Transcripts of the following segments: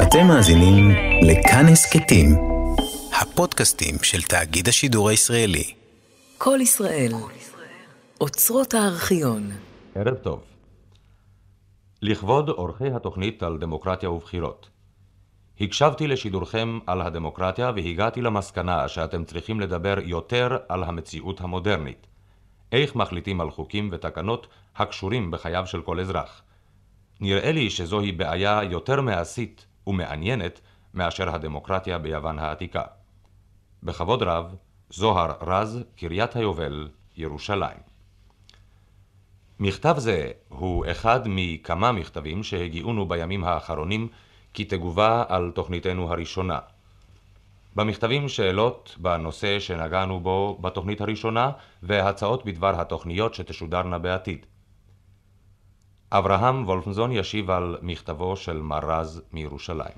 אתם מאזינים לכאן הסכתים, הפודקאסטים של תאגיד השידור הישראלי. כל ישראל, אוצרות הארכיון. ערב טוב. לכבוד אורחי התוכנית על דמוקרטיה ובחירות. הקשבתי לשידורכם על הדמוקרטיה והגעתי למסקנה שאתם צריכים לדבר יותר על המציאות המודרנית. איך מחליטים על חוקים ותקנות הקשורים בחייו של כל אזרח. נראה לי שזוהי בעיה יותר מעשית ומעניינת מאשר הדמוקרטיה ביוון העתיקה. בכבוד רב, זוהר רז, קריית היובל, ירושלים. מכתב זה הוא אחד מכמה מכתבים שהגיעונו בימים האחרונים כתגובה על תוכניתנו הראשונה. במכתבים שאלות בנושא שנגענו בו בתוכנית הראשונה והצעות בדבר התוכניות שתשודרנה בעתיד. אברהם וולפנזון ישיב על מכתבו של מר רז מירושלים.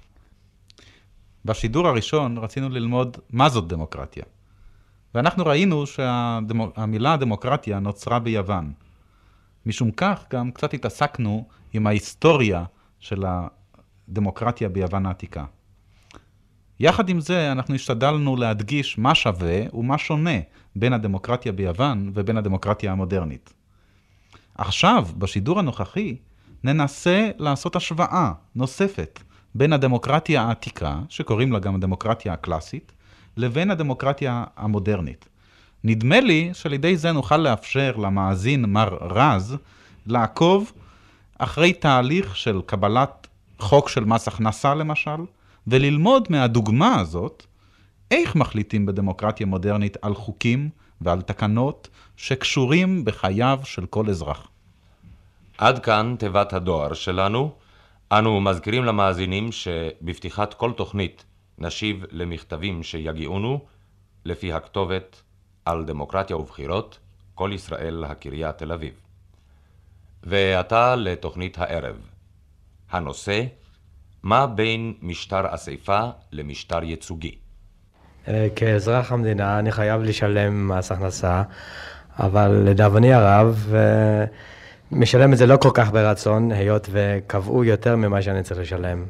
בשידור הראשון רצינו ללמוד מה זאת דמוקרטיה. ואנחנו ראינו שהמילה דמוקרטיה נוצרה ביוון. משום כך גם קצת התעסקנו עם ההיסטוריה של הדמוקרטיה ביוון העתיקה. יחד עם זה אנחנו השתדלנו להדגיש מה שווה ומה שונה בין הדמוקרטיה ביוון ובין הדמוקרטיה המודרנית. עכשיו, בשידור הנוכחי, ננסה לעשות השוואה נוספת בין הדמוקרטיה העתיקה, שקוראים לה גם הדמוקרטיה הקלאסית, לבין הדמוקרטיה המודרנית. נדמה לי שלידי זה נוכל לאפשר למאזין מר רז לעקוב אחרי תהליך של קבלת חוק של מס הכנסה למשל, וללמוד מהדוגמה הזאת איך מחליטים בדמוקרטיה מודרנית על חוקים ועל תקנות שקשורים בחייו של כל אזרח. עד כאן תיבת הדואר שלנו. אנו מזכירים למאזינים שבפתיחת כל תוכנית נשיב למכתבים שיגיעונו לפי הכתובת על דמוקרטיה ובחירות, כל ישראל, הקריה, תל אביב. ועתה לתוכנית הערב. הנושא, מה בין משטר אספה למשטר ייצוגי? כאזרח המדינה אני חייב לשלם מס הכנסה, אבל לדאבוני הרב משלם את זה לא כל כך ברצון, היות וקבעו יותר ממה שאני צריך לשלם.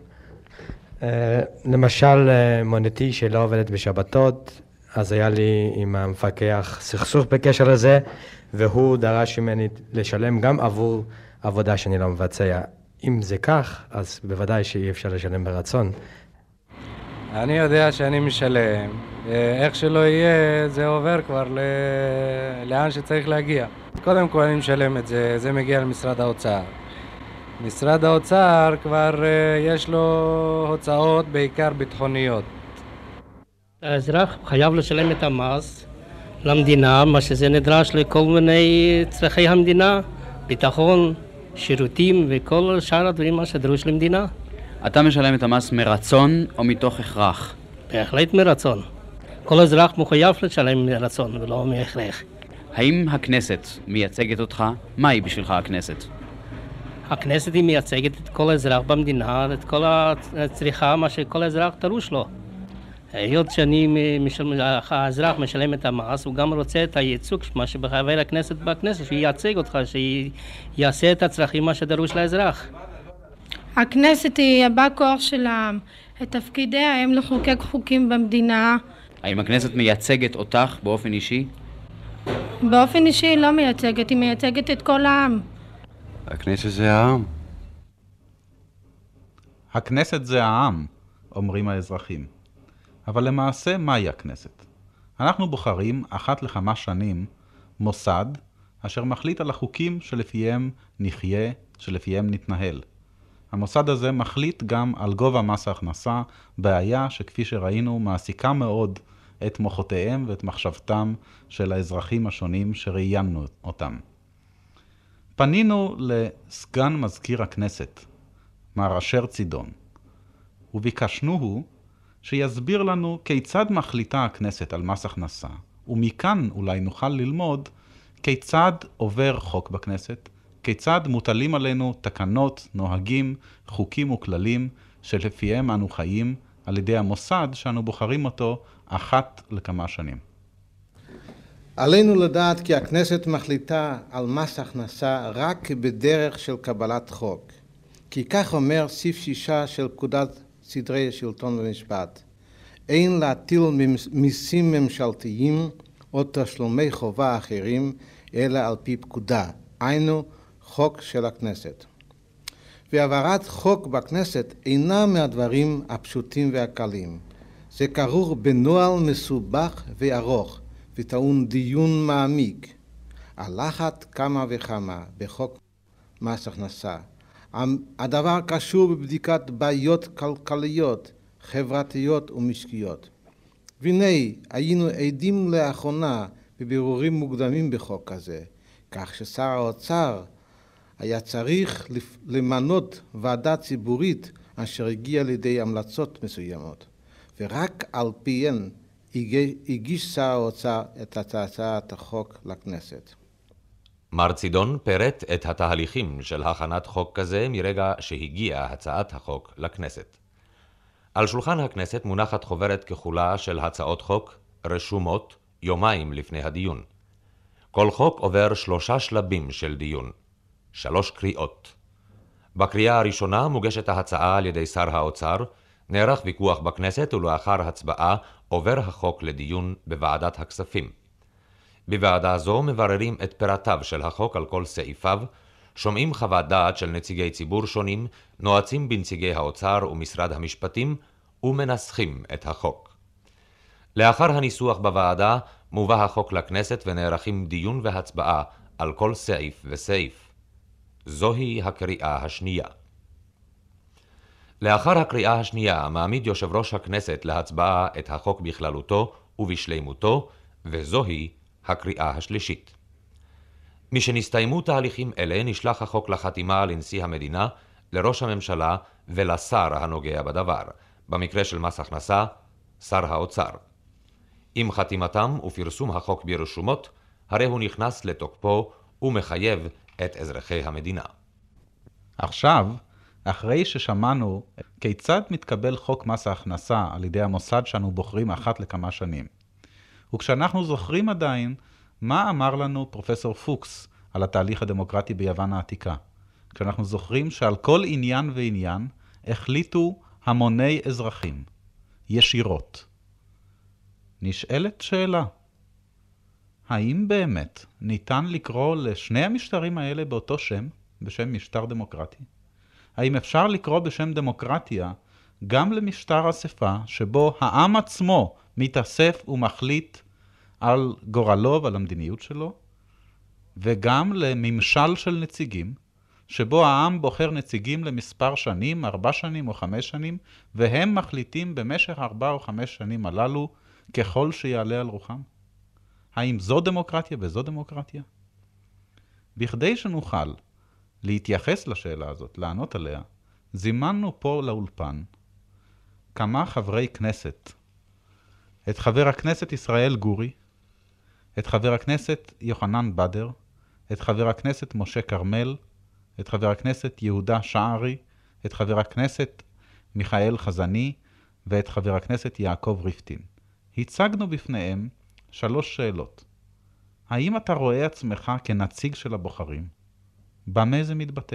למשל, מונתי שלא עובדת בשבתות, אז היה לי עם המפקח סכסוך בקשר לזה, והוא דרש ממני לשלם גם עבור עבודה שאני לא מבצע. אם זה כך, אז בוודאי שאי אפשר לשלם ברצון. אני יודע שאני משלם, איך שלא יהיה, זה עובר כבר לאן שצריך להגיע. קודם כל אני משלם את זה, זה מגיע למשרד האוצר. משרד האוצר כבר יש לו הוצאות בעיקר ביטחוניות. האזרח חייב לשלם את המס למדינה, מה שזה נדרש לכל מיני צרכי המדינה, ביטחון, שירותים וכל שאר הדברים מה שדרוש למדינה. אתה משלם את המס מרצון או מתוך הכרח? בהחלט מרצון. כל אזרח מחויב לשלם מרצון ולא מהכרח. האם הכנסת מייצגת אותך? מהי בשבילך הכנסת? הכנסת היא מייצגת את כל אזרח במדינה, את כל הצריכה, מה שכל אזרח דרוש לו. היות האזרח משלם את המס, הוא גם רוצה את הייצוג, מה שבחבר הכנסת בכנסת, שייצג אותך, שיעשה את הצרכים מה שדרוש לאזרח. הכנסת היא הבא כוח של העם. את תפקידיה הם לחוקק חוקים במדינה. האם הכנסת מייצגת אותך באופן אישי? באופן אישי היא לא מייצגת, היא מייצגת את כל העם. הכנסת זה העם. הכנסת זה העם, אומרים האזרחים. אבל למעשה, מהי הכנסת? אנחנו בוחרים אחת לכמה שנים מוסד אשר מחליט על החוקים שלפיהם נחיה, שלפיהם נתנהל. המוסד הזה מחליט גם על גובה מס ההכנסה, בעיה שכפי שראינו מעסיקה מאוד את מוחותיהם ואת מחשבתם של האזרחים השונים שראיינו אותם. פנינו לסגן מזכיר הכנסת, מר אשר צידון, וביקשנוהו שיסביר לנו כיצד מחליטה הכנסת על מס הכנסה, ומכאן אולי נוכל ללמוד כיצד עובר חוק בכנסת, כיצד מוטלים עלינו תקנות, נוהגים, חוקים וכללים שלפיהם אנו חיים על ידי המוסד שאנו בוחרים אותו אחת לכמה שנים. עלינו לדעת כי הכנסת מחליטה על מס הכנסה רק בדרך של קבלת חוק. כי כך אומר סעיף 6 של פקודת סדרי שלטון ומשפט. אין להטיל מיסים ממשלתיים או תשלומי חובה אחרים, אלא על פי פקודה, היינו חוק של הכנסת. והעברת חוק בכנסת אינה מהדברים הפשוטים והקלים. זה כרוך בנוהל מסובך וארוך, וטעון דיון מעמיק. על אחת כמה וכמה בחוק מס הכנסה. הדבר קשור בבדיקת בעיות כלכליות, חברתיות ומשקיות. והנה, היינו עדים לאחרונה בבירורים מוקדמים בחוק הזה, כך ששר האוצר היה צריך למנות ועדה ציבורית אשר הגיעה לידי המלצות מסוימות, ורק על פיהן הגיש שר האוצר את הצעת החוק לכנסת. מר צידון פירט את התהליכים של הכנת חוק כזה מרגע שהגיעה הצעת החוק לכנסת. על שולחן הכנסת מונחת חוברת כחולה של הצעות חוק רשומות יומיים לפני הדיון. כל חוק עובר 3 שלבים של דיון, 3 קריאות. בקריאה הראשונה מוגשת ההצעה על ידי שר האוצר, נערך ויכוח בכנסת ולאחר הצבעה עובר החוק לדיון בוועדת הכספים. בוועדה זו מבררים את פרטיו של החוק על כל סעיפיו, שומעים חוות דעת של נציגי ציבור שונים, נועצים בנציגי האוצר ומשרד המשפטים ומנסחים את החוק. לאחר הניסוח בוועדה מובא החוק לכנסת ונערכים דיון והצבעה על כל סעיף וסעיף. זוהי הקריאה השנייה. לאחר הקריאה השנייה מעמיד יושב ראש הכנסת להצבעה את החוק בכללותו ובשלימותו, וזוהי הקריאה השלישית. משנסתיימו תהליכים אלה נשלח החוק לחתימה לנשיא המדינה, לראש הממשלה ולשר הנוגע בדבר, במקרה של מס הכנסה, שר האוצר. עם חתימתם ופרסום החוק ברשומות, הרי הוא נכנס לתוקפו ומחייב את אזרחי המדינה. עכשיו, אחרי ששמענו כיצד מתקבל חוק מס ההכנסה על ידי המוסד שאנו בוחרים אחת לכמה שנים, וכשאנחנו זוכרים עדיין מה אמר לנו פרופסור פוקס על התהליך הדמוקרטי ביוון העתיקה, כשאנחנו זוכרים שעל כל עניין ועניין החליטו המוני אזרחים, ישירות. נשאלת שאלה, האם באמת ניתן לקרוא לשני המשטרים האלה באותו שם, בשם משטר דמוקרטי? האם אפשר לקרוא בשם דמוקרטיה גם למשטר אספה שבו העם עצמו מתאסף ומחליט על גורלו ועל המדיניות שלו, וגם לממשל של נציגים, שבו העם בוחר נציגים למספר שנים, 4 שנים או 5 שנים, והם מחליטים במשך 4 או 5 שנים הללו ככל שיעלה על רוחם? האם זו דמוקרטיה וזו דמוקרטיה? בכדי שנוכל להתייחס לשאלה הזאת, לענות עליה, זימנו פה לאולפן כמה חברי כנסת, את חבר הכנסת ישראל גורי, את חבר הכנסת יוחנן בדר, את חבר הכנסת משה קרמל, את חבר הכנסת יהודה שערי, את חבר הכנסת מיכאל חזני ואת חבר הכנסת יעקב ריפטין. הצגנו בפניהם 3 שאלות. האם אתה רואה עצמך כנציג של הבוחרים? במה זה מתבטא?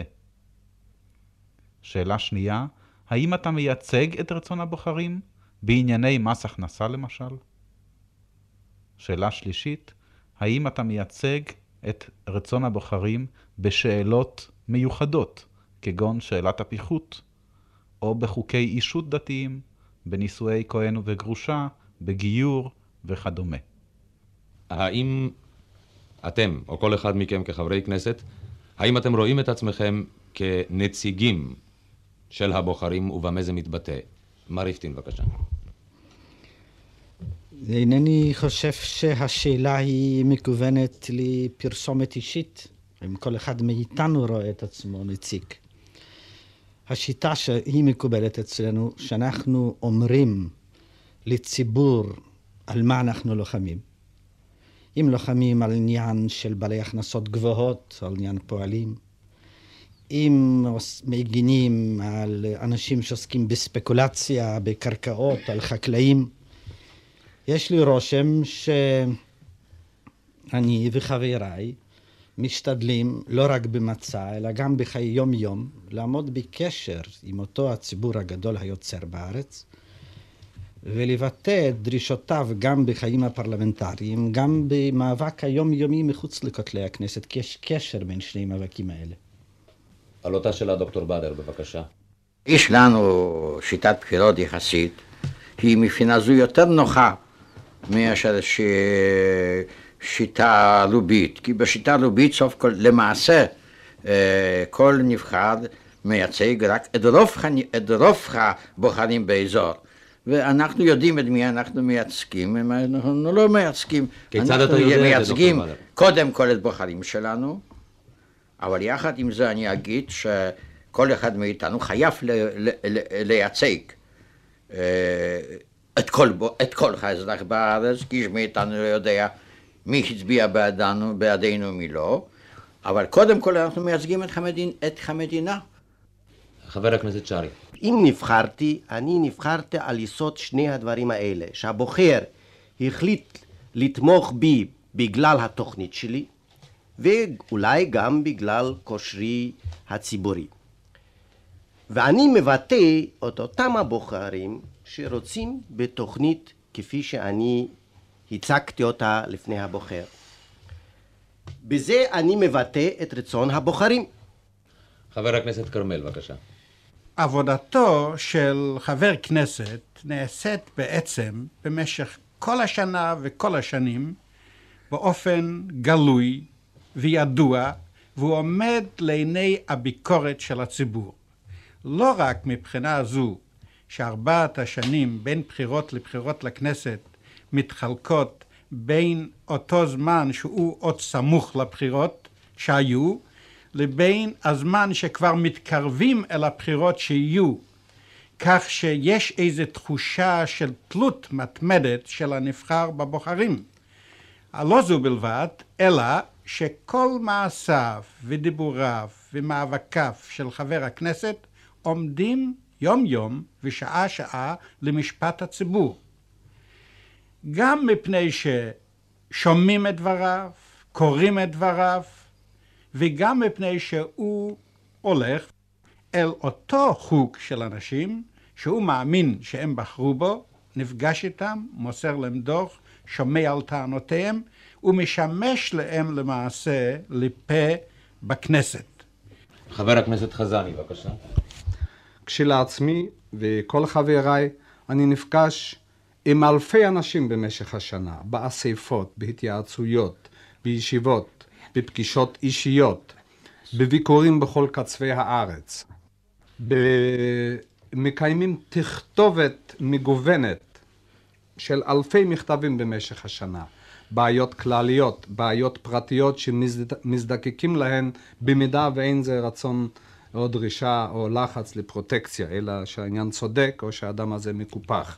שאלה שנייה, האם אתה מייצג את רצון הבוחרים בענייני מס הכנסה למשל? שאלה שלישית, האם אתה מייצג את רצון הבוחרים בשאלות מיוחדות, כגון שאלת הפיחות, או בחוקי אישות דתיים, בנישואי כהן וגרושה, בגיור וכדומה? האם אתם, או כל אחד מכם כחברי כנסת, האם אתם רואים את עצמכם כנציגים של הבוחרים ובמה זה מתבטא? מר ריפטין, בבקשה. אינני חושב שהשאלה היא מכוונת לפרסומת אישית, אם כל אחד מאיתנו רואה את עצמו נציג. השיטה שהיא מקובלת אצלנו, שאנחנו אומרים לציבור על מה אנחנו לוחמים. אם לוחמים על עניין של בעלי הכנסות גבוהות, על עניין פועלים, אם מגינים על אנשים שעוסקים בספקולציה, בקרקעות, על חקלאים, יש לי רושם שאני וחבריי משתדלים, לא רק במצע, אלא גם בחיי יום-יום, לעמוד בקשר עם אותו הציבור הגדול היוצר בארץ, ולבטא את דרישותיו גם בחיים הפרלמנטריים, גם במאבק היומיומי מחוץ לכותלי הכנסת, כי יש קשר בין שני מאבקים האלה. על אותה שאלה דוקטור בדר, בבקשה. יש לנו שיטת בחירות יחסית, היא מבחינה זו יותר נוחה מאשר שיטה לובית, כי בשיטה לובית סוף כל למעשה כל נבחר מייצג רק את רוב הבוחרים באזור. ואנחנו יודעים את מי אנחנו מייצגים, אנחנו לא מייצגים, אנחנו מייצגים קודם כל את בוחרים שלנו, אבל יחד עם זה אני אגיד שכל אחד מאיתנו חייב לייצג את כל האזרח בארץ, כי איש מאיתנו לא יודע מי הצביע בעדינו ומי לא, אבל קודם כל אנחנו מייצגים את המדינה. חבר הכנסת שרי. אם נבחרתי, אני נבחרתי על יסוד שני הדברים האלה, שהבוחר החליט לתמוך בי בגלל התוכנית שלי, ואולי גם בגלל כושרי הציבורי. ואני מבטא את אותם הבוחרים שרוצים בתוכנית כפי שאני הצגתי אותה לפני הבוחר. בזה אני מבטא את רצון הבוחרים. חבר הכנסת קרמל, בבקשה. עבודתו של חבר כנסת נעשית בעצם במשך כל השנה וכל השנים באופן גלוי וידוע, והוא עומד לעיני הביקורת של הציבור. לא רק מבחינה זו שארבעת השנים בין בחירות לבחירות לכנסת מתחלקות בין אותו זמן שהוא עוד סמוך לבחירות שהיו, לבין הזמן שכבר מתקרבים אל הבחירות שיהיו, כך שיש איזו תחושה של תלות מתמדת של הנבחר בבוחרים. לא זו בלבד, אלא שכל מעשיו ודיבוריו ומאבקיו של חבר הכנסת עומדים יום יום ושעה שעה למשפט הציבור. גם מפני ששומעים את דבריו, קוראים את דבריו, וגם מפני שהוא הולך אל אותו חוג של אנשים שהוא מאמין שהם בחרו בו, נפגש איתם, מוסר להם דוח, שומע על טענותיהם, ומשמש להם למעשה לפה בכנסת. חבר הכנסת חזני, בבקשה. כשלעצמי וכל חבריי, אני נפגש עם אלפי אנשים במשך השנה, באספות, בהתייעצויות, בישיבות, בפגישות אישיות, בביקורים בכל קצווי הארץ, מקיימים תכתובת מגוונת של אלפי מכתבים במשך השנה, בעיות כלליות, בעיות פרטיות שמזדקקים להן במידה ואין זה רצון או דרישה או לחץ לפרוטקציה, אלא שהעניין צודק או שהאדם הזה מקופח.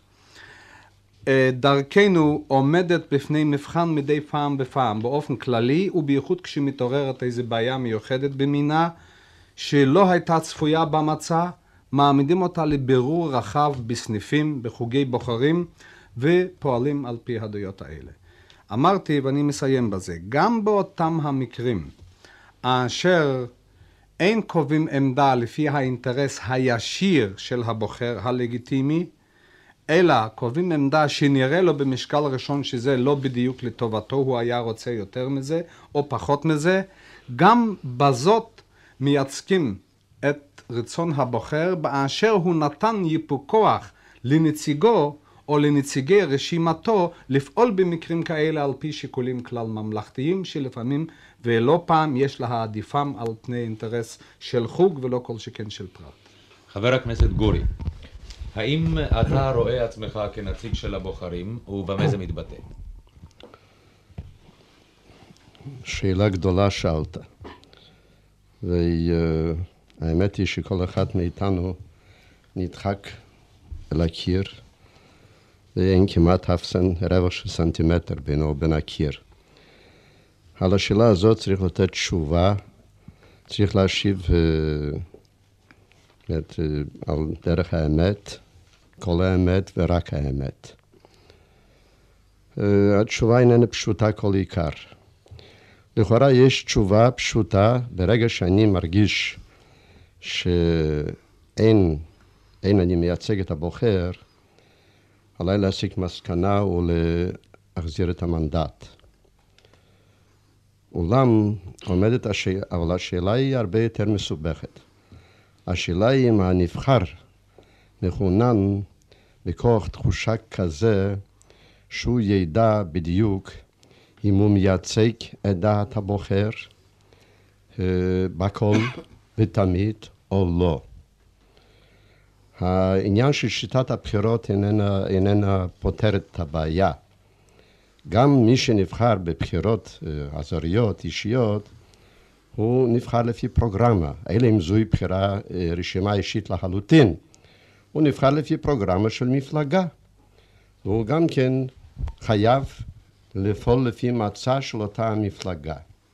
דרכנו עומדת בפני מבחן מדי פעם בפעם, באופן כללי ובייחוד כשמתעוררת איזו בעיה מיוחדת במינה שלא הייתה צפויה במצע, מעמידים אותה לבירור רחב בסניפים, בחוגי בוחרים, ופועלים על פי הדעות האלה. אמרתי, ואני מסיים בזה, גם באותם המקרים אשר אין קובעים עמדה לפי האינטרס הישיר של הבוחר הלגיטימי, אלא קובעים עמדה שנראה לו במשקל ראשון שזה לא בדיוק לטובתו, הוא היה רוצה יותר מזה או פחות מזה, גם בזאת מייצגים את רצון הבוחר באשר הוא נתן ייפוי כוח לנציגו או לנציגי רשימתו לפעול במקרים כאלה על פי שיקולים כלל ממלכתיים שלפעמים ולא פעם יש להעדיפם על פני אינטרס של חוג ולא כל שכן של פרט. חבר הכנסת גורי, האם אתה רואה עצמך כנציג של הבוחרים ובמה זה מתבטא? שאלה גדולה שאלת. והאמת היא שכל אחד מאיתנו נדחק אל הקיר ואין כמעט רבע של סנטימטר בינו ובין הקיר. על השאלה הזאת צריך לתת תשובה, צריך להשיב על דרך האמת, כל האמת ורק האמת. התשובה איננה פשוטה כל עיקר. לכאורה יש תשובה פשוטה, ברגע שאני מרגיש שאין אני מייצג את הבוחר, עליי להסיק מסקנה ולהחזיר את המנדט. אולם עומדת אבל השאלה היא הרבה יותר מסובכת. השאלה היא אם הנבחר מכונן בכוח תחושה כזה שהוא ידע בדיוק אם הוא מייצג את דעת הבוחר בכל ותמיד או לא. העניין של שיטת הבחירות איננה פותרת את הבעיה. גם מי שנבחר בבחירות אזוריות, אישיות, הוא נבחר לפי פרוגרמה. אלא אם זוהי בחירה רשימה אישית לחלוטין. הוא נבחר לפי פרוגרמה של מפלגה. הוא גם כן חייב לפעול לפי מצע של אותה המפלגה.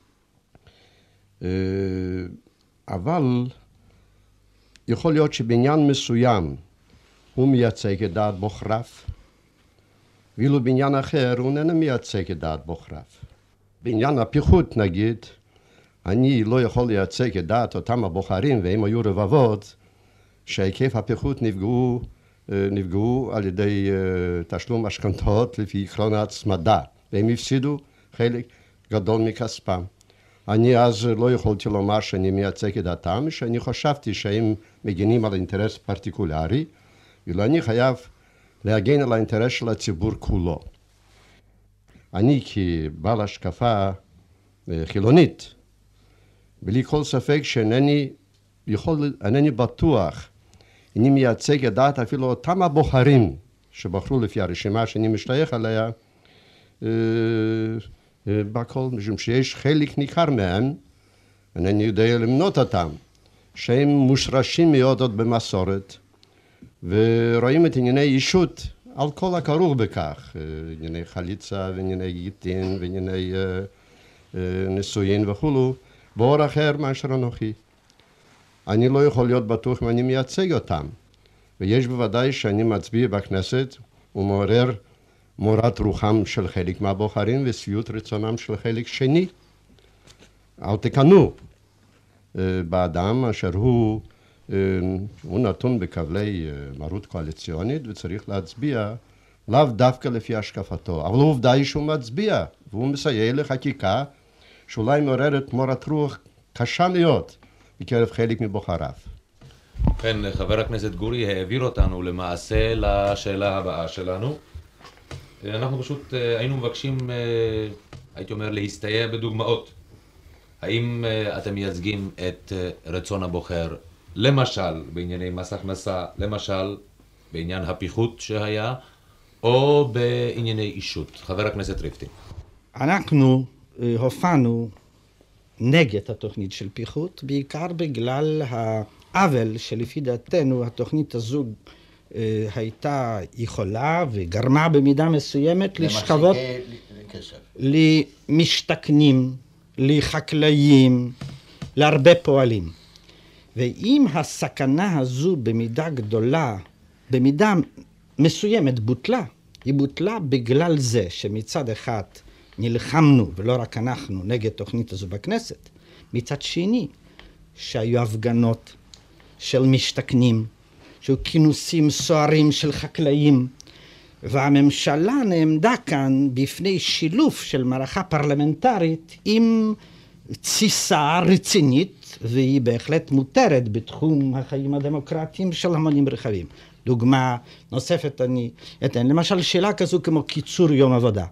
אבל יכול להיות שבעניין מסוים הוא מייצג את דעת בוחריו, ואילו בעניין אחר הוא איננו מייצג את דעת בוחריו. בעניין הפיחות נגיד, אני לא יכול לייצג את דעת אותם הבוחרים, והם היו רבבות, שהיקף הפיחות נפגעו על ידי תשלום משכנתאות לפי עקרון ההצמדה, והם הפסידו חלק גדול מכספם. אני אז לא יכולתי לומר שאני מייצג את דעתם, שאני חשבתי שהם מגינים על אינטרס פרטיקולרי, ואילו אני חייב להגן על האינטרס של הציבור כולו. אני כבעל השקפה חילונית, בלי כל ספק שאינני בטוח, אני מייצג את דעת אפילו אותם הבוחרים שבחרו לפי הרשימה שאני משתייך עליה, בכל, משום שיש חלק ניכר מהם, אינני יודע למנות אותם, שהם מושרשים מאוד עוד במסורת, ורואים את ענייני אישות על כל הכרוך בכך, ענייני חליצה וענייני גיטין וענייני נישואין וכולו, באור אחר מאשר אנוכי. אני לא יכול להיות בטוח אם אני מייצג אותם, ויש בוודאי שאני מצביע בכנסת ומעורר מורת רוחם של חלק מהבוחרים ושביעות רצונם של חלק שני. אל תקנו באדם אשר הוא נתון בכבלי מרות קואליציונית וצריך להצביע לאו דווקא לפי השקפתו, אבל העובדה היא שהוא מצביע והוא מסייע לחקיקה שאולי מעוררת מורת רוח קשה מאוד בקרב חלק מבוחריו. כן, חבר הכנסת גורי העביר אותנו למעשה לשאלה הבאה שלנו. אנחנו פשוט היינו מבקשים, הייתי אומר, להסתייע בדוגמאות. האם אתם מייצגים את רצון הבוחר, למשל בענייני מס הכנסה, למשל בעניין הפיחות שהיה, או בענייני אישות? חבר הכנסת ריפטין. אנחנו הופענו נגד התוכנית של פיחות, בעיקר בגלל העוול שלפי דעתנו התוכנית הזו הייתה יכולה וגרמה במידה מסוימת לשכבות, למשתכנים, לחקלאים, להרבה פועלים. ואם הסכנה הזו במידה גדולה, במידה מסוימת בוטלה, היא בוטלה בגלל זה שמצד אחד נלחמנו, ולא רק אנחנו, נגד תוכנית הזו בכנסת, מצד שני שהיו הפגנות של משתכנים, שהיו כינוסים סוערים של חקלאים, והממשלה נעמדה כאן בפני שילוב של מערכה פרלמנטרית עם תסיסה רצינית, והיא בהחלט מותרת בתחום החיים הדמוקרטיים של המונים רחבים. דוגמה נוספת אני אתן, למשל שאלה כזו כמו קיצור יום עבודה.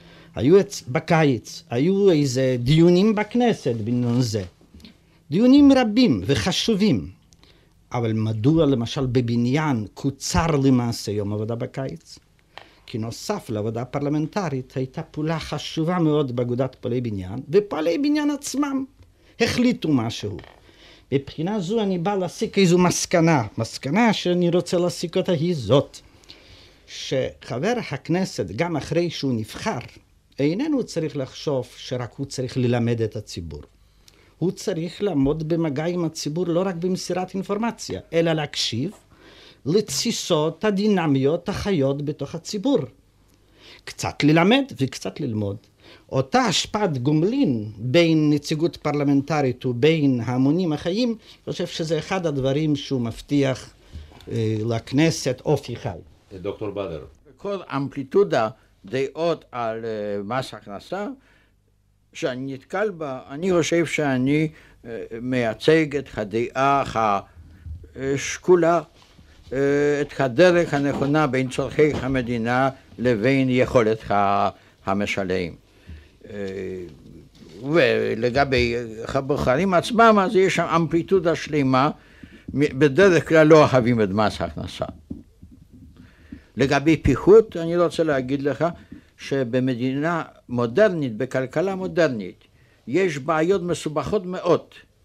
בקיץ היו איזה דיונים בכנסת בעניין זה, דיונים רבים וחשובים, אבל מדוע למשל בבניין קוצר למעשה יום עבודה בקיץ? כי נוסף לעבודה פרלמנטרית הייתה פעולה חשובה מאוד באגודת פועלי בניין, ופועלי בניין עצמם החליטו משהו. מבחינה זו אני בא להסיק איזו מסקנה שאני רוצה להסיק אותה היא זאת, שחבר הכנסת גם אחרי שהוא נבחר, איננו צריך לחשוב שרק הוא צריך ללמד את הציבור. הוא צריך לעמוד במגע עם הציבור לא רק במסירת אינפורמציה, אלא להקשיב לתסיסות הדינמיות החיות בתוך הציבור. קצת ללמד וקצת ללמוד. אותה השפעת גומלין בין נציגות פרלמנטרית ובין ההמונים החיים, אני חושב שזה אחד הדברים שהוא מבטיח לכנסת אופי חי. דוקטור בדר. כל אמפליטודה דעות על מס הכנסה שאני נתקל בה, אני חושב שאני מייצג את הדעה השקולה, את הדרך הנכונה בין צורכי המדינה לבין יכולת המשלם. ולגבי הבוחרים עצמם, אז יש שם אמפליטודה שלמה, בדרך כלל לא אוהבים את מס הכנסה. לגבי פיחות, אני רוצה להגיד לך שבמדינה מודרנית, בכלכלה מודרנית, יש בעיות מסובכות מאוד,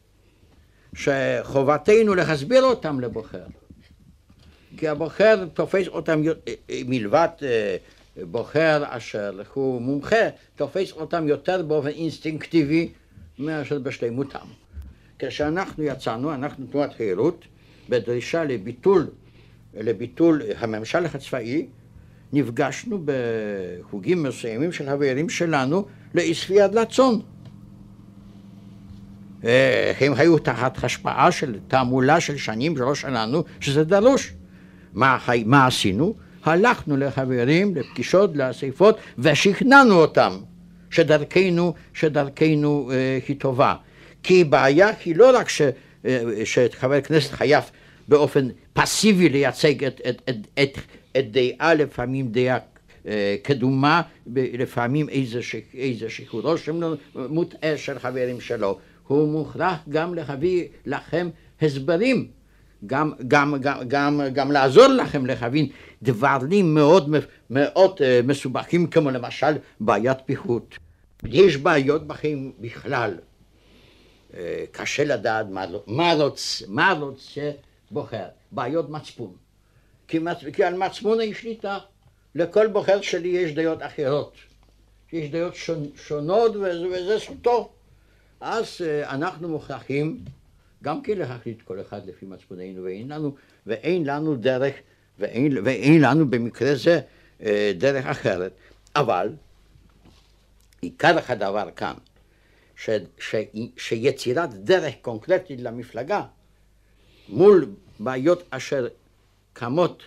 שחובתנו להסביר אותם לבוחר. כי הבוחר תופס אותם, מלבד בוחר אשר הוא מומחה, תופס אותם יותר באופן אינסטינקטיבי מאשר בשלמותם. כשאנחנו יצאנו, אנחנו תנועת חירות, בדרישה לביטול הממשל הצבאי, נפגשנו בחוגים מסוימים של חברים שלנו לאספיית רצון. הם היו תחת השפעה של תעמולה של שנים שלוש שלנו, שזה דרוש. מה עשינו? הלכנו לחברים, לפגישות, לאספות, ושכנענו אותם שדרכנו היא טובה. כי בעיה היא לא רק שחבר כנסת חייב באופן פסיבי לייצג את דעה, לפעמים דעה קדומה, לפעמים איזה שחרורו מוטעה של חברים שלו. הוא מוכרח גם להביא לכם הסברים, גם לעזור לכם להבין דברים מאוד מסובכים, כמו למשל בעיית פיחות. יש בעיות בחיים בכלל. קשה לדעת מה רוצה בוחר, בעיות מצפון. כי על מצפון יש שליטה. לכל בוחר שלי יש דעות אחרות. יש דעות שונות וזה זכותו. אז אנחנו מוכרחים גם כן להחליט כל אחד לפי מצפוננו, ואין לנו דרך, ואין לנו במקרה זה דרך אחרת. אבל עיקר הדבר כאן, שיצירת דרך קונקרטית למפלגה מול בעיות אשר קמות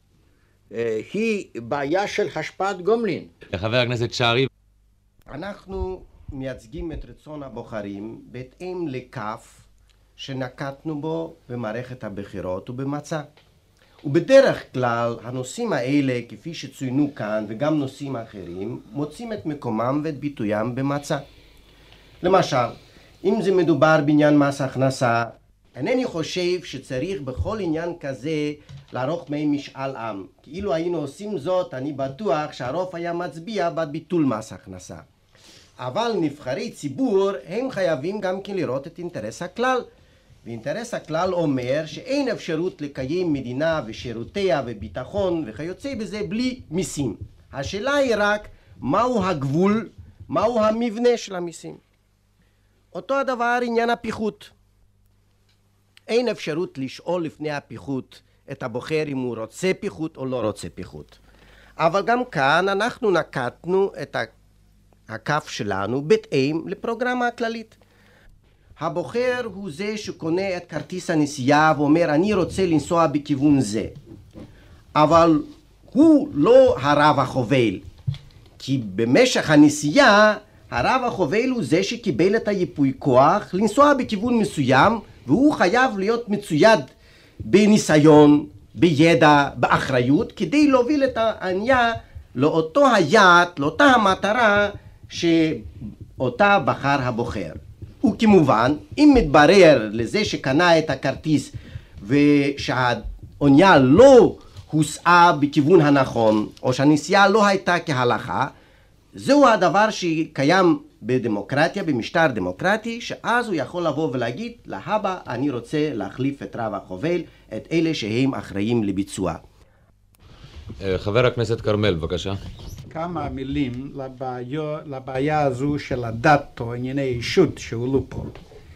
היא בעיה של השפעת גומלין. חבר הכנסת שערי. אנחנו מייצגים את רצון הבוחרים בהתאם לכף שנקטנו בו במערכת הבחירות ובמצע. ובדרך כלל הנושאים האלה, כפי שצוינו כאן וגם נושאים אחרים, מוצאים את מקומם ואת ביטוים במצע. למשל, אם זה מדובר בעניין מס הכנסה, אינני חושב שצריך בכל עניין כזה לערוך מעין משאל עם. כאילו היינו עושים זאת, אני בטוח שהרוב היה מצביע בעד ביטול מס הכנסה. אבל נבחרי ציבור הם חייבים גם כן לראות את אינטרס הכלל. ואינטרס הכלל אומר שאין אפשרות לקיים מדינה ושירותיה וביטחון וכיוצא בזה בלי מיסים. השאלה היא רק מהו הגבול, מהו המבנה של המיסים. אותו הדבר עניין הפיחות. אין אפשרות לשאול לפני הפיחות את הבוחר אם הוא רוצה פיחות או לא רוצה פיחות. אבל גם כאן אנחנו נקטנו את הכף שלנו בהתאם לפרוגרמה הכללית. הבוחר הוא זה שקונה את כרטיס הנסיעה ואומר אני רוצה לנסוע בכיוון זה. אבל הוא לא הרב החובל, כי במשך הנסיעה הרב החובל הוא זה שקיבל את היפוי כוח לנסוע בכיוון מסוים, והוא חייב להיות מצויד בניסיון, בידע, באחריות, כדי להוביל את העניין לאותו היעד, לאותה המטרה שאותה בחר הבוחר. וכמובן, אם מתברר לזה שקנה את הכרטיס ושהאונייה לא הוסעה בכיוון הנכון, או שהנסיעה לא הייתה כהלכה, זהו הדבר שקיים בדמוקרטיה, במשטר דמוקרטי, שאז הוא יכול לבוא ולהגיד, להבא אני רוצה להחליף את רב החובל, את אלה שהם אחראים לביצוע. חבר הכנסת קרמל, בבקשה. כמה מילים לבעיה הזו של הדת או ענייני אישות שהועלו פה.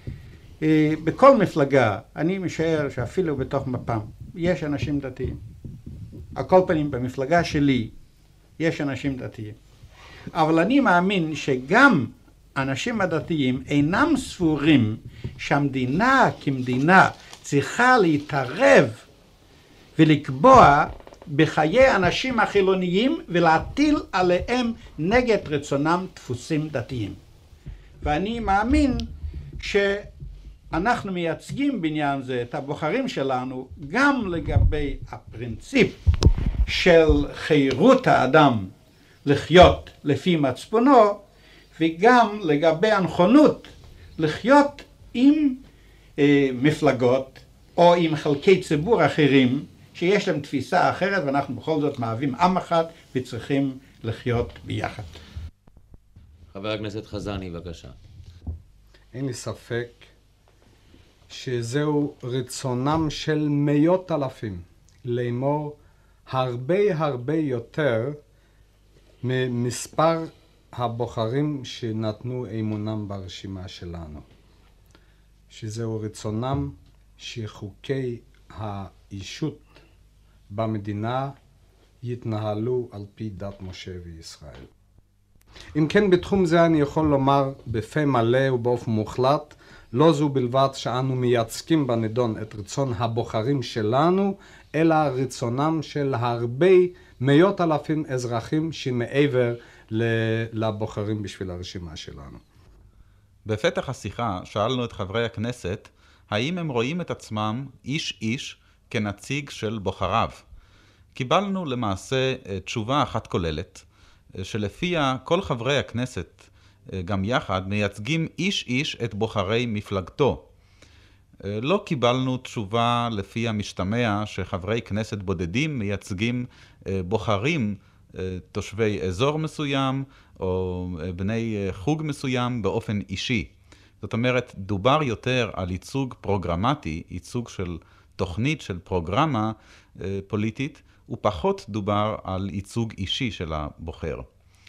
בכל מפלגה, אני משער שאפילו בתוך מפ"ם, יש אנשים דתיים. על כל פנים, במפלגה שלי יש אנשים דתיים. אבל אני מאמין שגם האנשים הדתיים אינם סבורים שהמדינה כמדינה צריכה להתערב ולקבוע בחיי אנשים החילוניים ולהטיל עליהם נגד רצונם דפוסים דתיים. ואני מאמין שאנחנו מייצגים בעניין זה את הבוחרים שלנו גם לגבי הפרינציפ של חירות האדם לחיות לפי מצפונו, וגם לגבי הנכונות לחיות עם מפלגות או עם חלקי ציבור אחרים שיש להם תפיסה אחרת, ואנחנו בכל זאת מהווים עם אחד וצריכים לחיות ביחד. חבר הכנסת חזני, בבקשה. אין לי ספק שזהו רצונם של מאות אלפים לאמור הרבה יותר ממספר הבוחרים שנתנו אמונם ברשימה שלנו. שזהו רצונם שחוקי האישות במדינה יתנהלו על פי דת משה וישראל. אם כן, בתחום זה אני יכול לומר בפה מלא ובאופן מוחלט, לא זו בלבד שאנו מייצגים בנדון את רצון הבוחרים שלנו, אלא רצונם של מאות אלפים אזרחים שמעבר לבוחרים בשביל הרשימה שלנו. בפתח השיחה שאלנו את חברי הכנסת, האם הם רואים את עצמם איש כנציג של בוחריו. קיבלנו למעשה תשובה אחת כוללת, שלפיה כל חברי הכנסת גם יחד מייצגים איש את בוחרי מפלגתו. לא קיבלנו תשובה לפי המשתמע שחברי כנסת בודדים מייצגים בוחרים תושבי אזור מסוים או בני חוג מסוים באופן אישי. זאת אומרת, דובר יותר על ייצוג פרוגרמטי, ייצוג של תוכנית של פרוגרמה פוליטית, ופחות דובר על ייצוג אישי של הבוחר.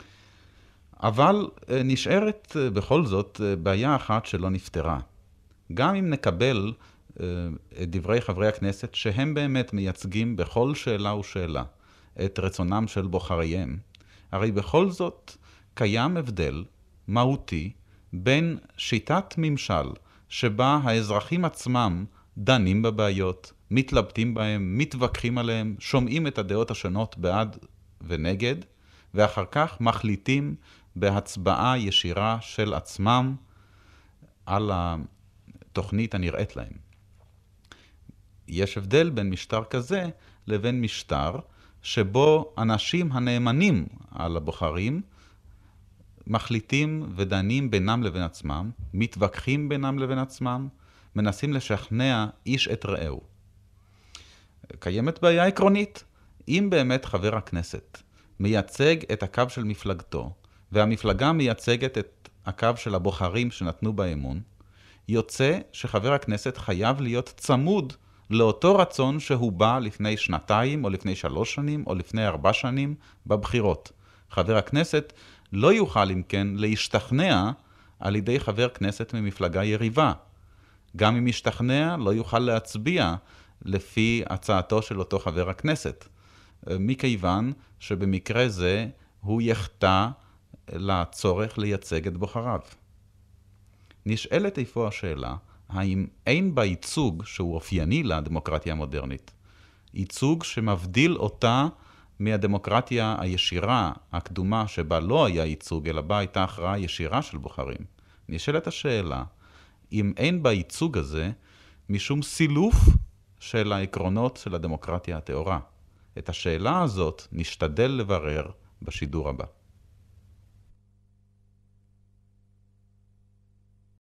אבל נשארת בכל זאת בעיה אחת שלא נפתרה. גם אם נקבל את דברי חברי הכנסת שהם באמת מייצגים בכל שאלה ושאלה את רצונם של בוחריהם, הרי בכל זאת קיים הבדל מהותי בין שיטת ממשל שבה האזרחים עצמם דנים בבעיות, מתלבטים בהם, מתווכחים עליהם, שומעים את הדעות השונות בעד ונגד, ואחר כך מחליטים בהצבעה ישירה של עצמם על התוכנית הנראית להם. יש הבדל בין משטר כזה לבין משטר שבו אנשים הנאמנים על הבוחרים מחליטים ודנים בינם לבין עצמם, מתווכחים בינם לבין עצמם, מנסים לשכנע איש את רעהו. קיימת בעיה עקרונית. אם באמת חבר הכנסת מייצג את הקו של מפלגתו, והמפלגה מייצגת את הקו של הבוחרים שנתנו באמון, יוצא שחבר הכנסת חייב להיות צמוד לאותו רצון שהוא בא לפני 2 או לפני 3 שנים או לפני 4 שנים בבחירות. חבר הכנסת לא יוכל אם כן להשתכנע על ידי חבר כנסת ממפלגה יריבה. גם אם ישתכנע לא יוכל להצביע לפי הצעתו של אותו חבר הכנסת. מכיוון שבמקרה זה הוא יחטא לצורך לייצג את בוחריו. נשאלת איפה השאלה, האם אין בה ייצוג שהוא אופייני לדמוקרטיה המודרנית, ייצוג שמבדיל אותה מהדמוקרטיה הישירה, הקדומה, שבה לא היה ייצוג, אלא בה הייתה הכרעה ישירה של בוחרים. נשאלת השאלה, אם אין בה ייצוג הזה, משום סילוף של העקרונות של הדמוקרטיה הטהורה. את השאלה הזאת נשתדל לברר בשידור הבא.